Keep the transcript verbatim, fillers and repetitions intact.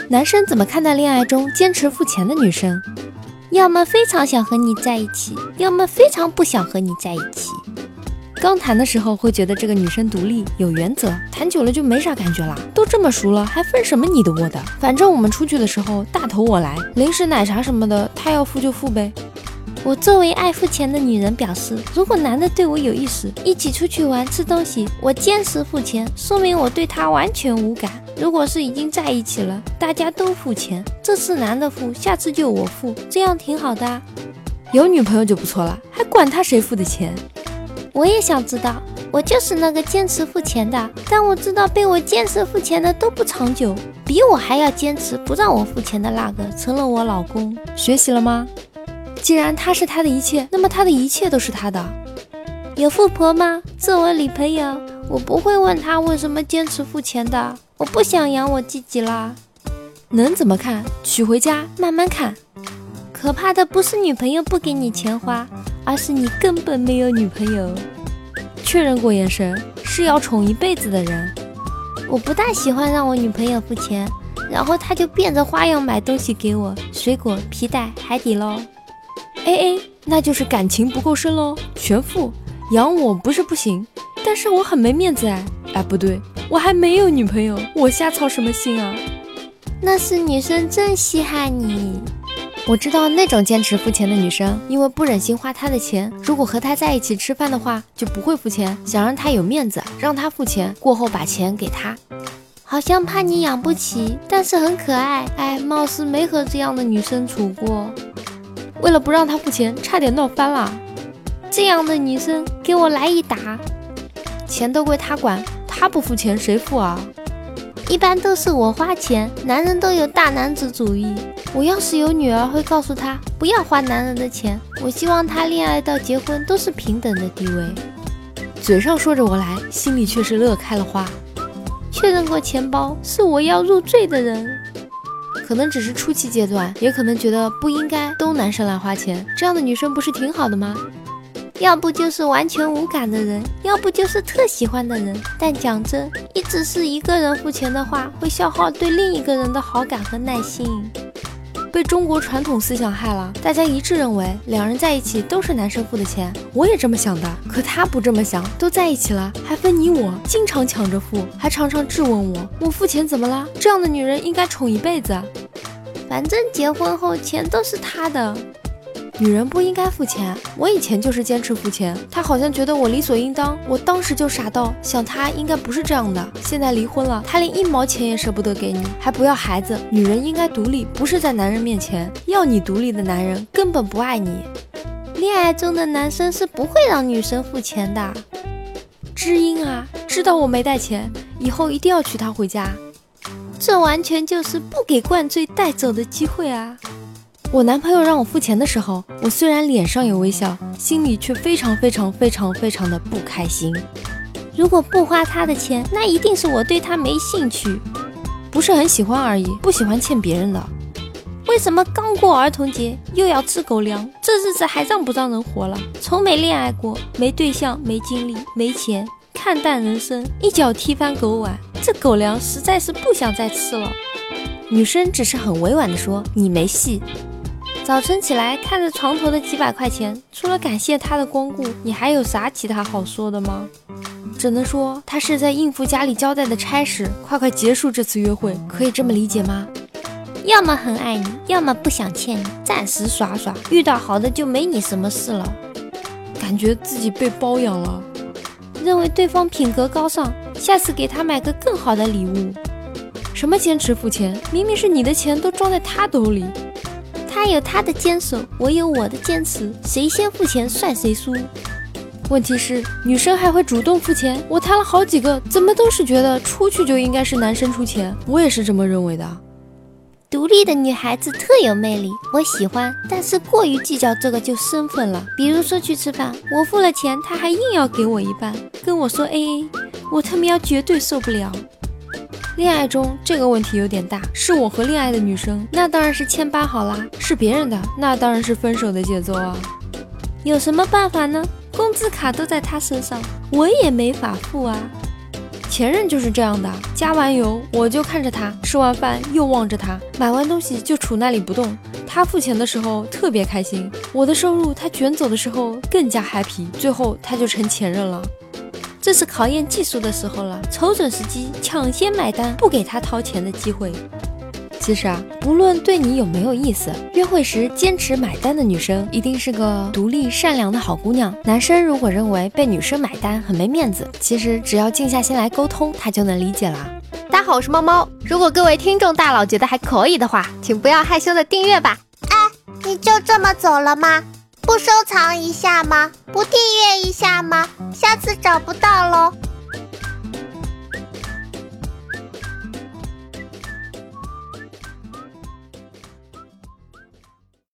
男生怎么看待恋爱中坚持付钱的女生？ 要么非常想和你在一起，要么非常不想和你在一起。 刚谈的时候会觉得这个女生独立有原则，谈久了就没啥感觉啦，都这么熟了还分什么你的我的，反正我们出去的时候大头我来，零食奶茶什么的他要付就付呗。 我作为爱付钱的女人表示，如果男的对我有意思，一起出去玩吃东西，我坚持付钱，说明我对他完全无感。如果是已经在一起了，大家都付钱，这次男的付，下次就我付，这样挺好的啊。 有女朋友就不错了，还管他谁付的钱。 我也想知道，我就是那个坚持付钱的，但我知道被我坚持付钱的都不长久，比我还要坚持不让我付钱的那个成了我老公。 学习了吗？既然他是他的一切，那么他的一切都是他的。 有富婆吗？做我女朋友，我不会问他为什么坚持付钱的，我不想养我自己啦。 能怎么看？娶回家慢慢看。 可怕的不是女朋友不给你钱花，而是你根本没有女朋友。 确认过眼神，是要宠一辈子的人。 我不大喜欢让我女朋友付钱，然后她就变着花样买东西给我，水果、皮带、海底捞。 A A 那就是感情不够深咯，全付。养我不是不行，但是我很没面子哎。哎，不对，我还没有女朋友，我瞎操什么心啊？ 那是女生真稀罕你。 我知道那种坚持付钱的女生，因为不忍心花她的钱，如果和她在一起吃饭的话，就不会付钱，想让她有面子，让她付钱，过后把钱给她。 好像怕你养不起，但是很可爱。哎，貌似没和这样的女生处过。 为了不让她付钱，差点闹翻了。 这样的女生，给我来一打！ 钱都归她管，她不付钱谁付啊？ 一般都是我花钱，男人都有大男子主义。我要是有女儿，会告诉她不要花男人的钱。我希望她恋爱到结婚都是平等的地位。 嘴上说着我来，心里却是乐开了花。 确认过钱包，是我要入赘的人。 可能只是初期阶段，也可能觉得不应该都男生来花钱，这样的女生不是挺好的吗？ 要不就是完全无感的人，要不就是特喜欢的人。但讲真，一直是一个人付钱的话，会消耗对另一个人的好感和耐心。 被中国传统思想害了，大家一致认为两人在一起都是男生付的钱。我也这么想的，可他不这么想，都在一起了还分你我，经常抢着付，还常常质问我，我付钱怎么了？这样的女人应该宠一辈子。 反正结婚后钱都是他的。 女人不应该付钱，我以前就是坚持付钱，他好像觉得我理所应当，我当时就傻到想他应该不是这样的。现在离婚了，他连一毛钱也舍不得给你，还不要孩子。女人应该独立，不是在男人面前。要你独立的男人根本不爱你。 恋爱中的男生是不会让女生付钱的。 知音啊，知道我没带钱，以后一定要娶她回家。 这完全就是不给灌醉带走的机会啊。 我男朋友让我付钱的时候，我虽然脸上有微笑，心里却非常非常非常非常的不开心。 如果不花他的钱，那一定是我对他没兴趣， 不是很喜欢而已，不喜欢欠别人的。 为什么刚过儿童节又要吃狗粮？这日子还让不让人活了？从没恋爱过，没对象，没精力，没钱，看淡人生，一脚踢翻狗碗，这狗粮实在是不想再吃了。 女生只是很委婉地说你没戏。 早晨起来看着床头的几百块钱，除了感谢他的光顾，你还有啥其他好说的吗？ 只能说他是在应付家里交代的差事，快快结束这次约会，可以这么理解吗？ 要么很爱你，要么不想欠你，暂时耍耍，遇到好的就没你什么事了。 感觉自己被包养了， 认为对方品格高尚，下次给他买个更好的礼物。 什么坚持付钱？明明是你的钱都装在他兜里。 他有他的坚守，我有我的坚持，谁先付钱算谁输。 问题是女生还会主动付钱，我谈了好几个，怎么都是觉得出去就应该是男生出钱，我也是这么认为的。 独立的女孩子特有魅力，我喜欢，但是过于计较这个就身份了。比如说去吃饭，我付了钱，他还硬要给我一半，跟我说 A A， 我他喵绝对受不了。 恋爱中这个问题有点大，是我和恋爱的女生，那当然是牵绊好啦；是别人的，那当然是分手的节奏啊。 有什么办法呢？工资卡都在他身上，我也没法付啊。 前任就是这样的，加完油我就看着他，吃完饭又望着他，买完东西就杵那里不动。他付钱的时候特别开心，我的收入他卷走的时候更加 happy， 最后他就成前任了。 这是考验技术的时候了，瞅准时机，抢先买单，不给他掏钱的机会。 其实啊，不论对你有没有意思，约会时坚持买单的女生一定是个独立善良的好姑娘。男生如果认为被女生买单很没面子，其实只要静下心来沟通，他就能理解了。 大家好，我是猫猫。如果各位听众大佬觉得还可以的话，请不要害羞的订阅吧。 哎，你就这么走了吗？不收藏一下吗？不订阅一下吗？下次找不到咯。